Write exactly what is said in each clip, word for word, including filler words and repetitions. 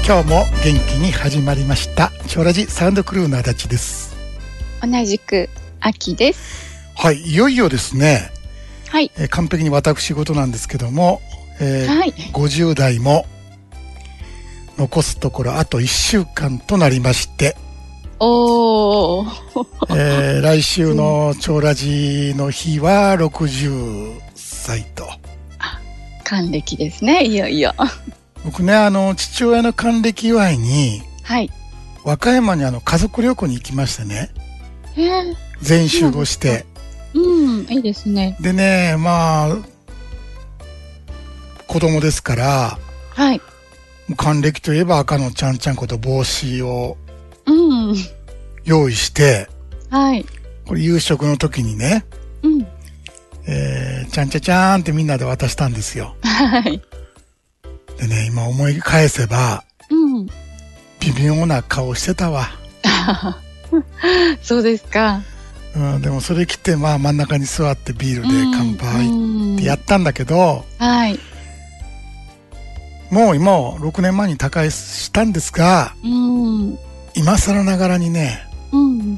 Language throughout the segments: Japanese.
今日も元気に始まりました超ラジサウンドクルーの足立です。 同じく秋です。 はい、いよいよですね、 はい、 えー、完璧に私事なんですけども、えーはい、ごじゅう代も残すところあといっしゅうかんとなりまして、 おー、 えー、来週の超ラジの日はろくじゅっさいと。 あ、還暦ですね。いよいよ。 僕ね、あの父親の還暦祝いに、はい、和歌山にあの家族旅行に行きましてね、 へー、 全員集合して、 うん、いいですね。 でね、まあ子供ですから、はい、還暦といえば赤のちゃんちゃんこと帽子を用意して、うん、はい、これ夕食の時にね、うん、えー、ちゃんちゃちゃーんってみんなで渡したんですよ。はい。でね、今思い返せば、うん、微妙な顔してたわ。 そうですか。 うん、でもそれ来て、まあ真ん中に座ってビールで乾杯ってやったんだけど、うん、はい。もう今ろくねんまえに他界したんですが、うん、今更ながらにね、うん、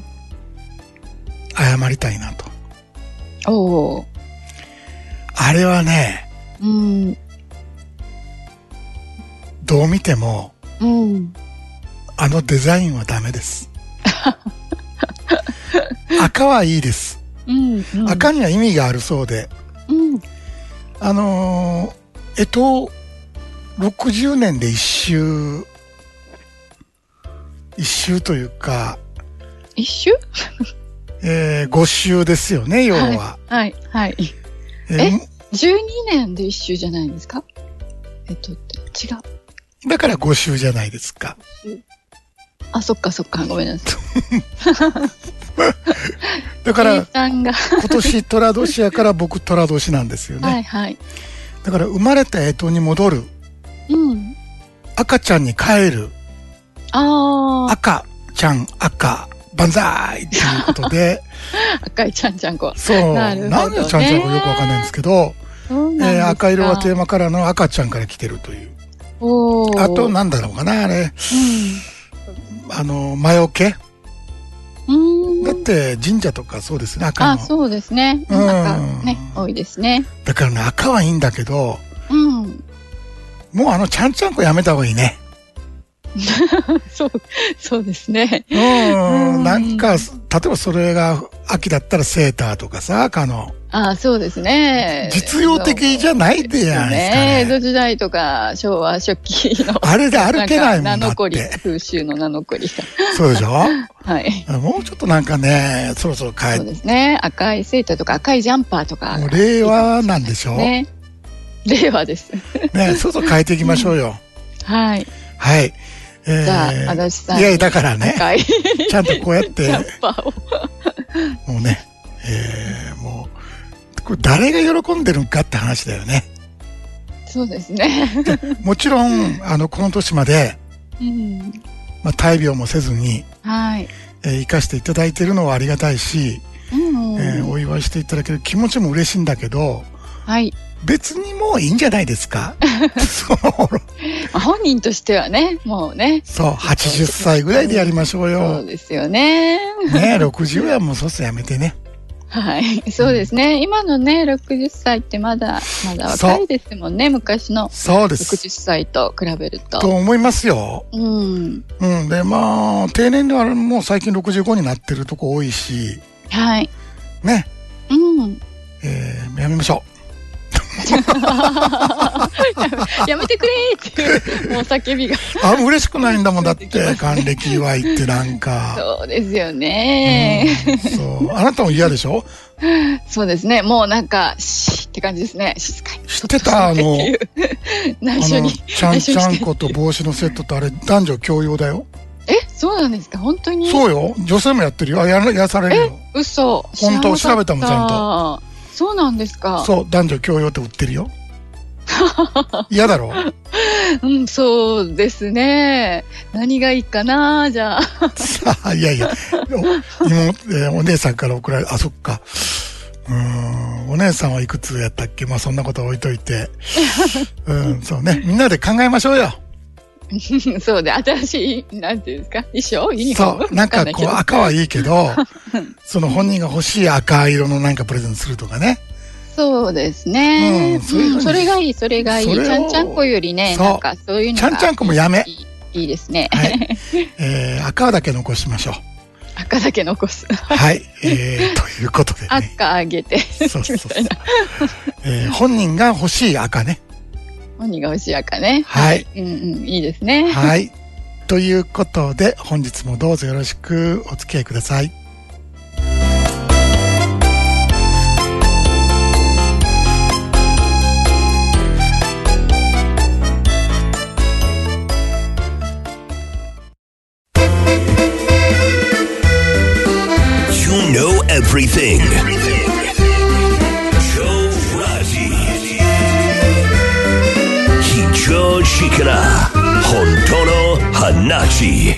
謝りたいなと。おー。あれはね、うん、どう見ても、うん、あのデザインはダメです。赤はいいです、うんうん、赤には意味があるそうで、うん、あのー、えっとろくじゅうねんで一周一周というか一周えー、ご周ですよね、要は。 はい、はい、はい。えー、えじゅうにねんで一周じゃないですか。えっと違う。 だからご周じゃないですか。 あ、そっかそっか、ごめんなさい。 だから、今年寅年やから僕寅年なんですよね。はいはい。だから生まれた干支に戻る。うん。赤ちゃんに帰る。ああ。赤ちゃん赤万歳っていうことで。 赤いちゃんちゃんこ。 そう。ななんでちゃんちゃんこよくわかんないんですけど、えー、赤色はテーマカラーの赤ちゃんから来てるという。おあとなんだろうかなあれ。うん、あの魔除け。うんだって神社とかそうですね、赤の。 あ、そうですね。うん、赤ね、多いですね。 だからね、赤はいいんだけど、うん、もうあのちゃんちゃんこやめた方がいいね。 そう、そうですね。 うん、うん、なんか、例えばそれが秋だったらセーターとかさ、赤の。 あ、そうですね。 実用的じゃないでやないですかね。 江戸時代とか昭和初期の。 あれで歩けないもんだって。 名残り、風習の名残り。 そうでしょはい。 もうちょっとなんかね、そろそろ変えそうですね。赤いセーターとか赤いジャンパーとか。 もう令和なんでしょね。 令和です。 ね、そろそろ変えていきましょうよ。 うん、はい。 はい。 えー、じゃあ、足立さん。 いや、だからね。ちゃんとこうやって。ジャンパーを。もうね、えー、もう、これ誰が喜んでるんかって話だよね。 そうですね。 もちろん、あの、この年まで、うん、まあ、大病もせずに、はい。えー、生かしていただいているのはありがたいし、うんうん、えー、お祝いしていただける気持ちも嬉しいんだけど、はい。別にもういいんじゃないですか。 そう本人としてはね、もうね。 そう、はちじゅっさいぐらいでやりましょうよ。 そうですよね。 ね、ろくじゅうはもうそうすやめてね。 はい、そうですね。うん、今のね、ろくじゅっさいってまだ、まだ若いですもんね、昔の。そうです。ろくじゅっさいと比べると。 と思いますよ。うん。うん。で、まあ、定年ではもう最近ろくじゅうごになってるとこ多いし。はい。ね。うん。えー、やめましょう。 やめてくれーっていうもう叫びがあ、嬉しくないんだもんだって還暦祝いってなんかそうですよね、 うん、そうあなたも嫌でしょそうですね、もうなんかシーって感じですね。静かに知ってたあの内緒にちゃんちゃんこと帽子のセットってあれ男女共用だよ。 え、そうなんですか、本当に。 そうよ、女性もやってるよ。やらやされるよ。 え、嘘。 本当調べたもんちゃんと。 そうなんですか。 そう、男女共用って売ってるよ。嫌だろう。うん、そうですね。何がいいかな、じゃあ。 さあ、いやいや、妹、えー、お姉さんから送られ、あ、そっか。うーん、お姉さんはいくつやったっけ。まあそんなこと置いといて。うん、そうね。みんなで考えましょうよ。 そうで、新しい、なんていうんですか、衣装ユニフォームそう、なんかこう赤はいいけど、その本人が欲しい赤色のなんかプレゼントするとかね。 そうですね。うん、そういう、うん、それがいい、それがいい。ちゃんちゃんこよりね、なんかそういうのがちゃんちゃんこもやめ。 いい、いいですね。 はい。えー、赤だけ残しましょう。 赤だけ残す。 はい。えー、ということでね。 赤あげて。 そうそうそう。えー、本人が欲しい赤ね。 本人が欲しい赤ね。 はい。 うんうん、いいですね。 はい。ということで、本日もどうぞよろしくお付き合いください。 know everything. Joe Raji. Hicho Shikara. Honto no Hanachi.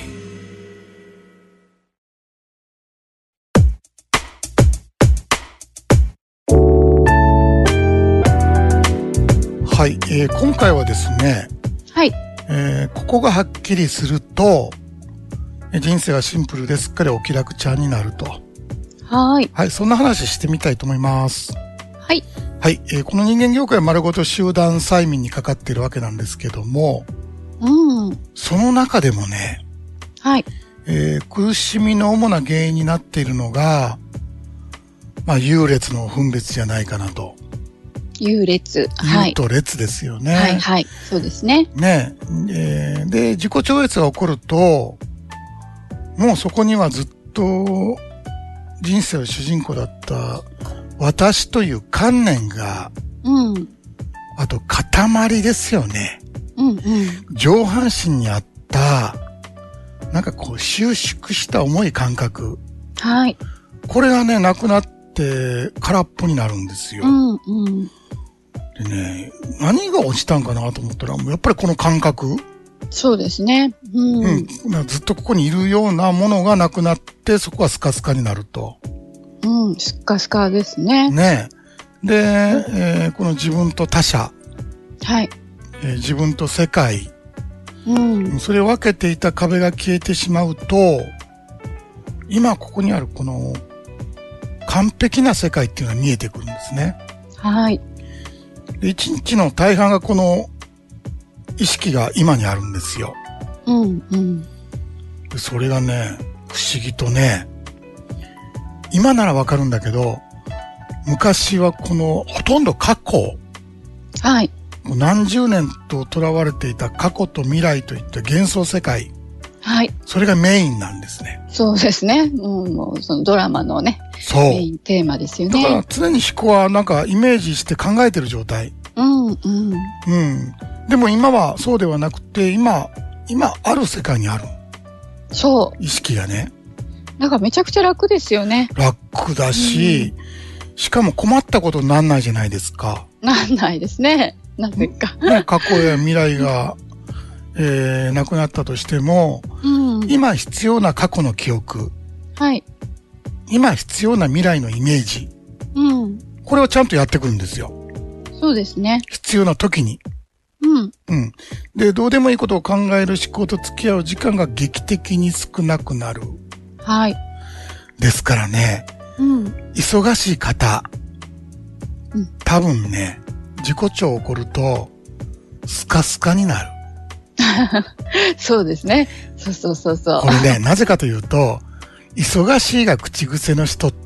はい、えー、今回はですね、 はい、 えー、ここがはっきりすると人生はシンプルですっかりお気楽ちゃんになると。 はい。 はい、そんな話してみたいと思います。 はい。 はい、えー、この人間業界は丸ごと集団催眠にかかっているわけなんですけども、 うん。 その中でもね、 はい。 えー、苦しみの主な原因になっているのが、まあ、優劣の分別じゃないかなと。 優劣。はい。 優と劣ですよね。 はい、はい。そうですね。 ねえー、で、自己超越が起こると、もうそこにはずっと人生の主人公だった私という観念が、 うん、 あと塊ですよね。 うんうん、 上半身にあったなんかこう収縮した重い感覚、 はい、 これがねなくなって空っぽになるんですよ。 うんうん、 でね、何が落ちたんかなと思ったらもうやっぱりこの感覚。 そうですね。うん。 うん、ずっとここにいるようなものがなくなって、そこはスカスカになると。 うん、スカスカですね。 ねえ。で、えー、この自分と他者。 はい。 えー、自分と世界。 うん。 それを分けていた壁が消えてしまうと、今ここにあるこの完璧な世界っていうのが見えてくるんですね。 はい。 で、一日の大半がこの意識が今にあるんですよ。 うんうん。 でそれがね、不思議とね、今ならわかるんだけど、昔はこのほとんど過去、 はい。 何十年と囚われていた過去と未来といった幻想世界、 はい。 それがメインなんですね。 そうですね。うん、もうそのドラマのね、 そうメインテーマですよね。 だから常に思考はなんかイメージして考えてる状態。 うんうん。 うん。でも今はそうではなくて、今、今ある世界にある。 そう。 意識がね。 なんかめちゃくちゃ楽ですよね。 楽だし、うん、しかも困ったことになんないじゃないですか。 なんないですね。なぜか。 ね、過去や未来が、えー、なくなったとしても、 うん、 今必要な過去の記憶。 はい。 今必要な未来のイメージ。 うん。 これをちゃんとやってくるんですよ。 そうですね。 必要な時に。 うん。 うん。で、どうでもいいことを考える思考と付き合う時間が劇的に少なくなる。 はい。 ですからね、 うん。 忙しい方、 うん、 多分ね、自己調起こると、スカスカになる。 そうですね。そうそうそうそう。 これね、なぜかというと、忙しいが口癖の人って、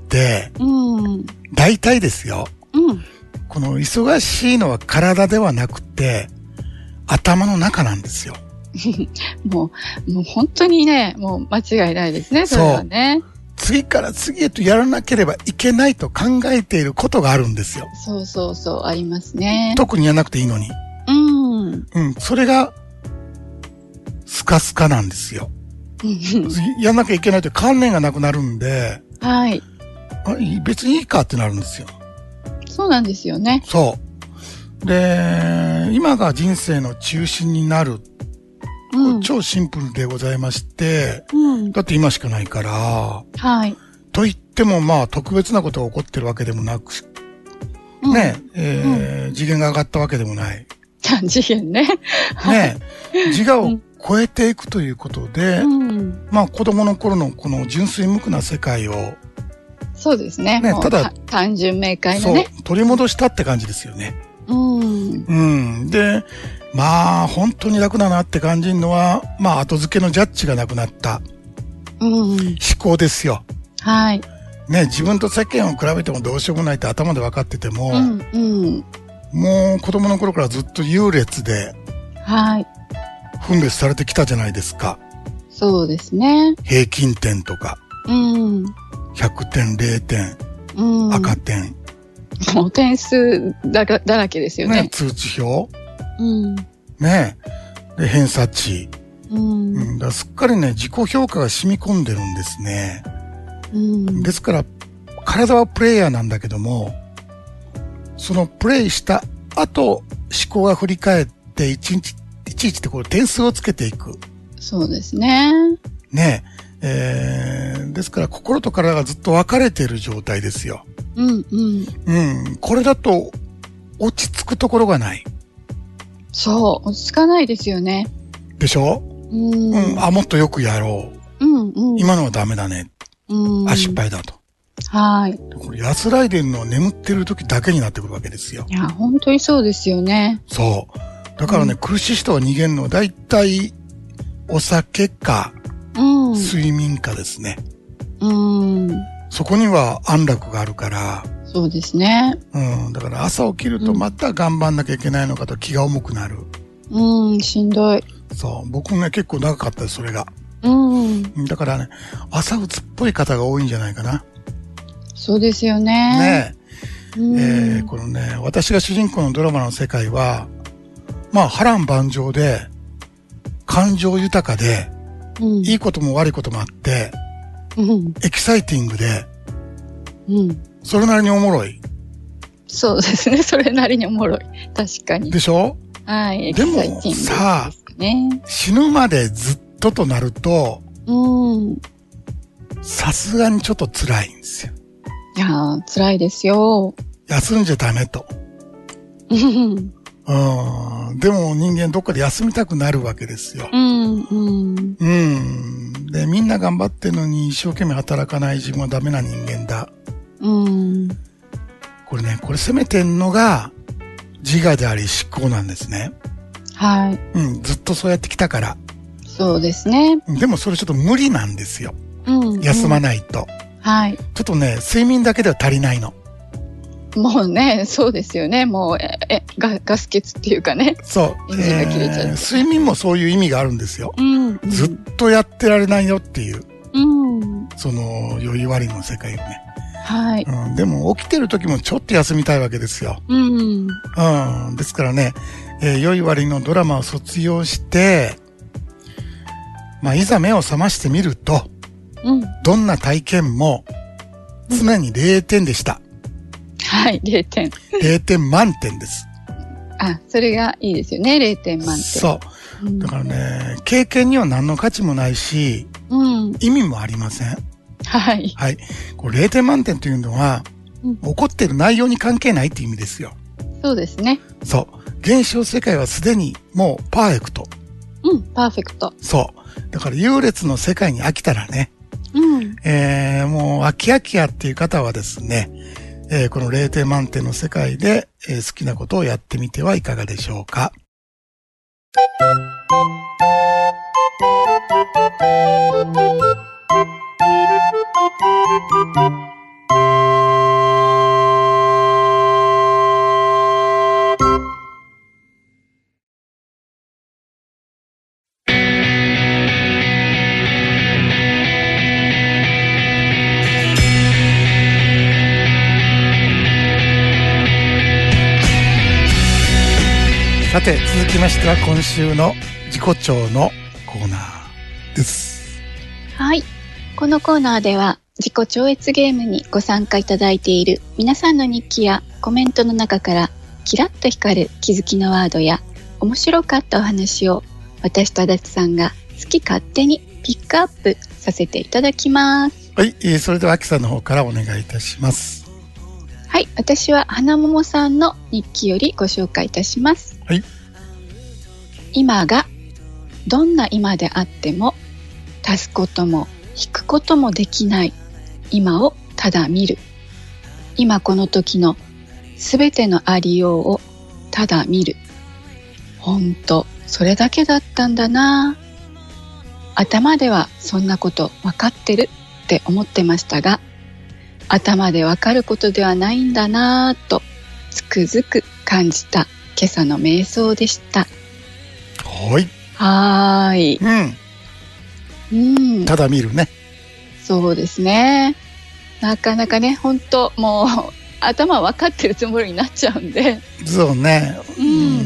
うん、 大体ですよ。 うん、 この忙しいのは体ではなくて、頭の中なんですよ。 もう、もう本当にね、もう間違いないですね、それはね。 次から次へとやらなければいけないと考えていることがあるんですよ。 そうそうそう、ありますね。 特にやらなくていいのに。 うん。 うん、それが、スカスカなんですよ。やらなきゃいけないという観念がなくなるんで、 はい。 あ、別にいいかってなるんですよ。 そうなんですよね。 そう。で、今が人生の中心になる。うん、超シンプルでございまして、うん、だって今しかないから、 はい。 と言ってもまあ特別なことが起こってるわけでもなく、うん、ね、えーうん、次元が上がったわけでもない。 次元ね。 ね、自我を超えていくということで、うん、まあ子供の頃のこの純粋無垢な世界を、 そうですね。ね、ただ、単純明快なね。 そう、取り戻したって感じですよね。 うん。 うん。で、まあ、本当に楽だなって感じるのは、まあ、後付けのジャッジがなくなった。 うん。思考ですよ。 はい。 ね、自分と世間を比べてもどうしようもないって頭で分かってても、 うん、うん。 もう子供の頃からずっと優劣で、 はい。 分別されてきたじゃないですか。 そうですね。 平均点とか。 うん。 ひゃくてん、れいてん、うん、赤点。 もう点数だらだらけですよね。 ね、通知表。 うん。 ねで、偏差値。 うん。 うん、だすっかりね、自己評価が染み込んでるんですね。 うん。 ですから、体はプレイヤーなんだけども、そのプレイした後、思考が振り返って、いちいち、いちいちってこう点数をつけていく。 そうですね。 ねえー、ですから心と体がずっと分かれている状態ですよ。 うんうん。 うん。これだと落ち着くところがない。 そう、落ち着かないですよね。 でしょ？ うん。 うん。あ、もっとよくやろう。うんうん。 今のはダメだね。 うん。 あ、失敗だと。 はい。 これ安らいでるのは眠ってる時だけになってくるわけですよ。 いや、本当にそうですよね。 そう。だからね、うん、苦しい人が逃げるのは大体お酒か、うん、睡眠かですね。 うん。 そこには安楽があるから。 そうですね。 うん。だから朝起きるとまた頑張んなきゃいけないのかと気が重くなる。 うん、しんどい。 そう。僕ね、結構長かったです、それが。 うん。 だからね、朝うつっぽい方が多いんじゃないかな。 そうですよね。 ねえ。 うん、 えー、このね、私が主人公のドラマの世界は、まあ波乱万丈で、感情豊かで、うん、いいことも悪いこともあって、 うん、 エキサイティングで、 うん、 それなりにおもろい。 そうですね。それなりにおもろい。確かに。 でしょ？ はい。 でもさあ、 ね、 死ぬまでずっととなると、さすがにちょっと辛いんですよ。 いやー、辛いですよ。 休んじゃダメと。うんでも人間どっかで休みたくなるわけですよ。 うんうん、 うん。で、みんな頑張ってるのに一生懸命働かない自分はダメな人間だ。 うん、 これね、これ責めてんのが自我であり思考なんですね。 はい。 うん、ずっとそうやってきたから。 そうですね。 でもそれちょっと無理なんですよ。 うんうん、 休まないと。 はい。 ちょっとね、睡眠だけでは足りないの。 もうね、そうですよね。もう、え、えガ、ガス欠っていうかね。 そう。 エンジンが切れちゃう、 えー。睡眠もそういう意味があるんですよ。 うんうん、 ずっとやってられないよっていう。 うん、 その、余裕割りの世界をね。 はい、 うん。でも起きてる時もちょっと休みたいわけですよ。 うん。 うん。ですからね、えー、余裕割りのドラマを卒業して、まあ、いざ目を覚ましてみると、 うん、 どんな体験も常にれいてんでした。 はい、れいてん。 れいてん満点です。 あ、それがいいですよね、れいてん満点。 そう。うん、だからね、経験には何の価値もないし、 うん、 意味もありません。 はい。 はい。これれいてん満点というのは、うん、起こっている内容に関係ないっていう意味ですよ。 そうですね。 そう。現象世界はすでにもうパーフェクト。 うん、パーフェクト。 そう。だから優劣の世界に飽きたらね、 うん、 えー、もう飽き飽きやっていう方はですね、えー、このれいてん満点の世界で、えー、好きなことをやってみてはいかがでしょうか。さて続きましては今週の自己調のコーナーです。 はい、このコーナーでは自己超越ゲームにご参加いただいている皆さんの日記やコメントの中からキラッと光る気づきのワードや面白かったお話を私と足立さんが好き勝手にピックアップさせていただきます。 はい、えー、それではあきさんの方からお願いいたします。 はい、私は花桃さんの日記よりご紹介いたします。 はい。 今がどんな今であっても足すことも引くこともできない今をただ見る。今この時のすべてのありようをただ見る。ほんとそれだけだったんだな。頭ではそんなこと分かってるって思ってましたが、頭で分かることではないんだなぁとつくづく感じた今朝の瞑想でした。 はい。 はーい。 うん。 うん。 ただ見るね。 そうですね。なかなかね、本当もう頭分かってるつもりになっちゃうんで。 そうね。 うん。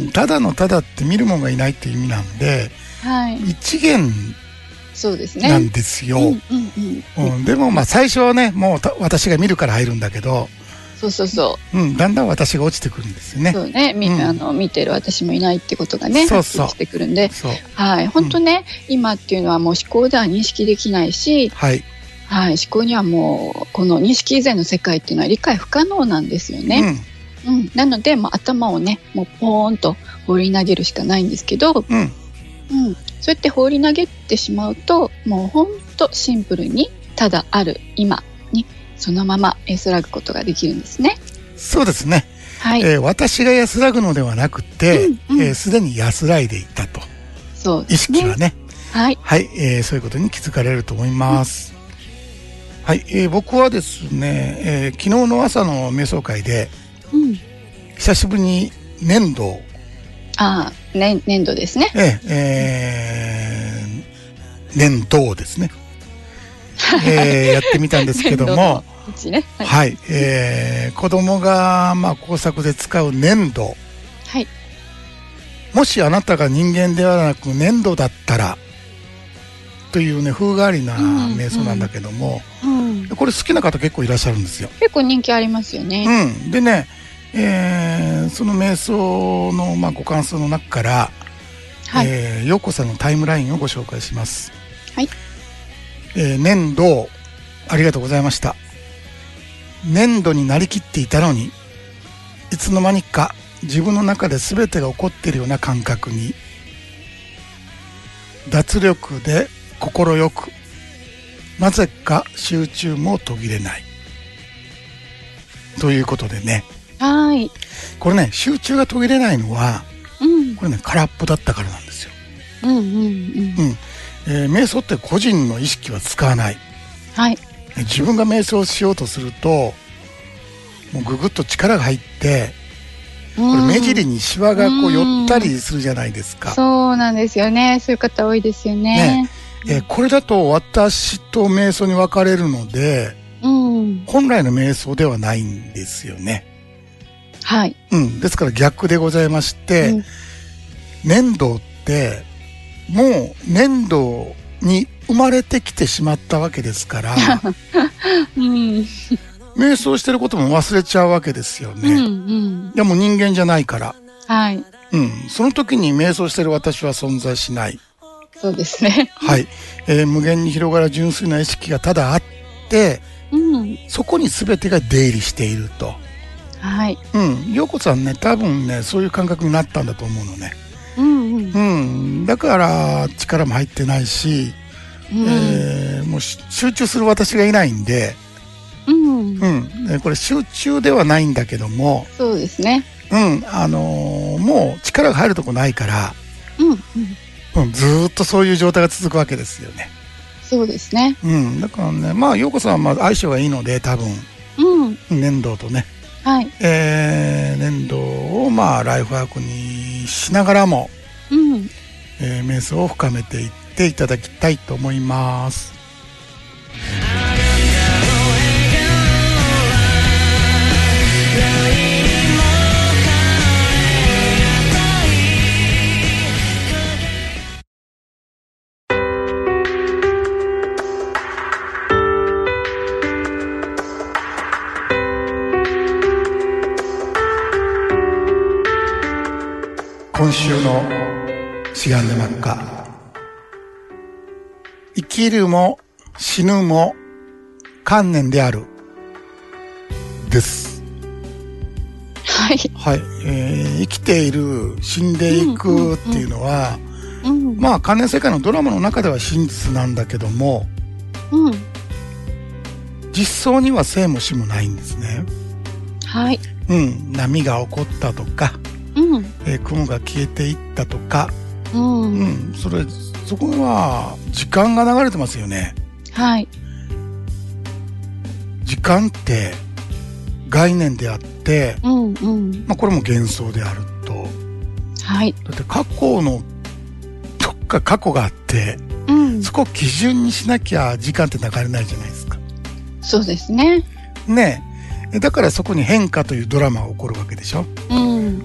ただのただって見るもんがいないっていう意味なんで、 はい。 一元そうですね。 なんですよ。 うんうんうん。 うん、でもまあ最初はね、もう私が見るから入るんだけど、 そうそうそう。 うん、だんだん私が落ちてくるんですよね。 そうね、み、うん、あの見てる私もいないってことがね、 そうそうしてくるんで、 そうはい、本当ね、うん、今っていうのはもう思考では認識できないし、 はい、 はい、思考にはもうこの認識以前の世界っていうのは理解不可能なんですよね。うん、うん、なので、まあ、頭をね、もうポーンと放り投げるしかないんですけど、 うん、うん、 そうやって放り投げてしまうと、もう本当シンプルにただある今にそのまま安らぐことができるんですね。 そうですね、 はい、 えー、私が安らぐのではなくて、うんうん、えー、すでに安らいでいたと。 そうですね、 意識はね、 はい、 はい、えー、そういうことに気づかれると思います。うん、はい、えー、僕はですね、えー、昨日の朝の瞑想会で、うん、久しぶりに粘土を、 ああ、ね、粘土ですね。 えーえー、粘土ですね、えー、やってみたんですけども、 ね、はい、 はい、えー、子供がまあ工作で使う粘土、 はい、 もしあなたが人間ではなく粘土だったらというね、風変わりな瞑想なんだけども、うんうん、これ好きな方結構いらっしゃるんですよ。 結構人気ありますよね。 うん、でね、えー、その瞑想のまあご感想の中から、はい、えー、陽子さんのタイムラインをご紹介します。 はい、 えー、粘土ありがとうございました。粘土になりきっていたのに、いつの間にか自分の中で全てが起こっているような感覚に、脱力で心よく、なぜか集中も途切れないということでね、 はい、 これね、集中が途切れないのは、うん、これね、空っぽだったからなんですよ。 うんうんうん、うん、 えー、瞑想って個人の意識は使わない。 はい、 自分が瞑想しようとすると、もうぐぐっと力が入って、これ目尻にシワがこう寄ったりするじゃないですか。 うそうなんですよね。そういう方多いですよね。 ね、えー、これだと私と瞑想に分かれるので、うん、本来の瞑想ではないんですよね。 はい。 うん、ですから逆でございまして、うん、粘土ってもう粘土に生まれてきてしまったわけですから、うん、瞑想してることも忘れちゃうわけですよね。うんうん、いやもう人間じゃないから、 はい、 うん、その時に瞑想してる私は存在しない。 そうですね。 はい、えー、無限に広がる純粋な意識がただあって、うん、そこに全てが出入りしていると。 はい。 うん、陽子さんね、多分ね、そういう感覚になったんだと思うのね。 うんうん。 うん、だから力も入ってないし、うん、えー、もう集中する私がいないんで、うん、うん、これ集中ではないんだけども、 そうですね。 うん、あのー、もう力が入るとこないから、 うんうん、 うん、ずーっとそういう状態が続くわけですよね。 そうですね。 うん、だからね、まあ陽子さんはまあ相性がいいので多分、うん、粘土とね。 はい、 えー、粘土をまあライフワークにしながらも、うん、えー、瞑想を深めていっていただきたいと思います。今週のしがんでまっか。生きるも死ぬも観念であるです。 はい、 はい、えー、生きている死んでいくっていうのは、 うん、まあ関連世界のドラマの中では真実なんだけども、うん、実相には生も死もないんですね。 はい。 うん、波が起こったとか、うん、えー、雲が消えていったとか、うん、うん、それそこは時間が流れてますよね。 はい。 時間って概念であって、うんうん、まあこれも幻想であると。 はい。 だって過去のどっか過去があって、うん、そこを基準にしなきゃ時間って流れないじゃないですか。 そうですね。 ねえ。だからそこに変化というドラマが起こるわけでしょ。うん。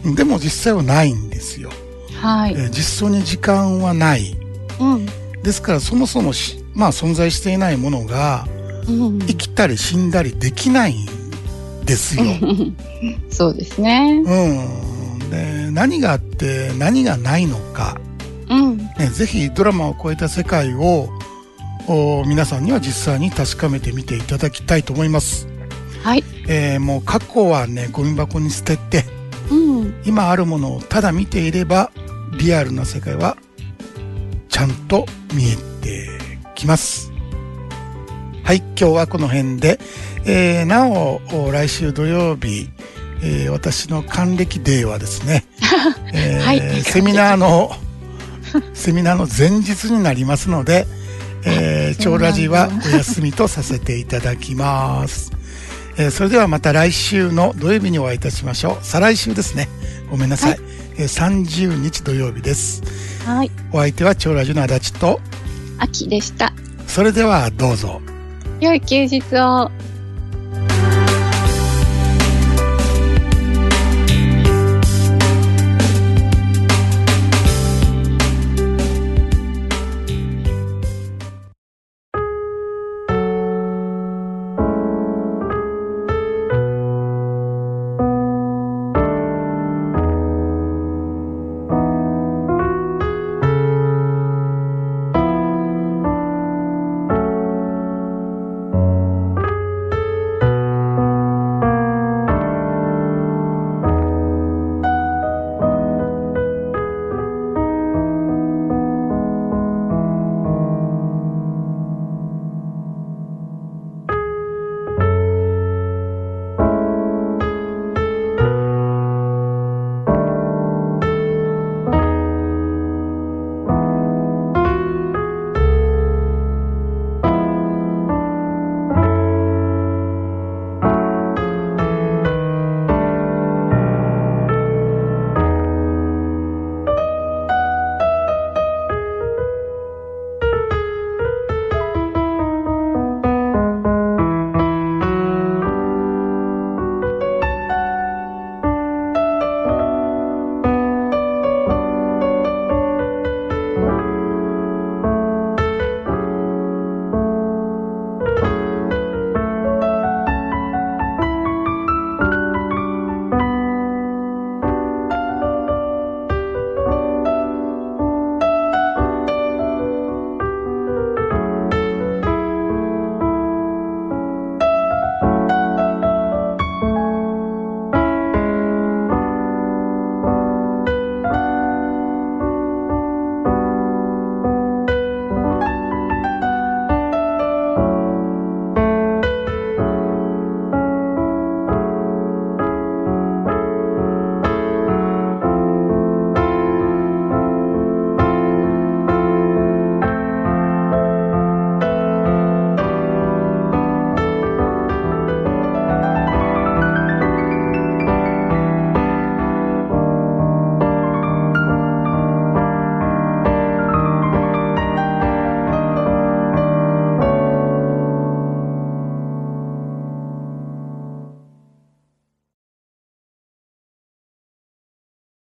でも実際はないんですよ。 はい。 えー、実相に時間はない。うん。ですからそもそもし、まあ存在していないものが、うん、生きたり死んだりできないんですよ。 そうですね。 うん。で、何があって何がないのか。うん。ね、ぜひドラマを超えた世界を皆さんには実際に確かめてみていただきたいと思います。 はい。 えー、もう過去はね、ゴミ箱に捨てて、うん、今あるものをただ見ていれば、リアルな世界はちゃんと見えてきます。はい、今日はこの辺で、えー、なお来週土曜日、えー、私の還暦デーはですね、えーはい、セミナーのセミナーの前日になりますので、えー、超ラジはお休みとさせていただきます。えー、それではまた来週の土曜日にお会いいたしましょう。再来週ですね。ごめんなさい。はい、えー、さんじゅうにち土曜日です。 はい。 お相手は超ラジの足立とあきでした。 それではどうぞ。 良い休日を。